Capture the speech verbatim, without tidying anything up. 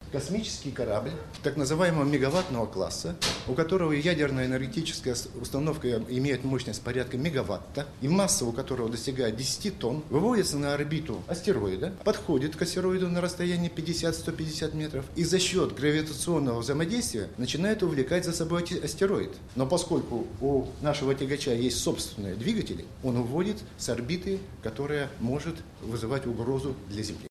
Космический корабль так называемого мегаваттного класса, у которого ядерная энергетическая установка имеет мощность порядка мегаватта, и масса у которого достигает десять тонн, выводится на орбиту астероида, подходит к астероиду на расстоянии пятьдесят - сто пятьдесят метров, и за счет гравитационного взаимодействия начинает увлекать за собой астероид. Но поскольку у нашего тягача есть собственные двигатели, он уводит с орбиты, которая может вызывать угрозу для Земли.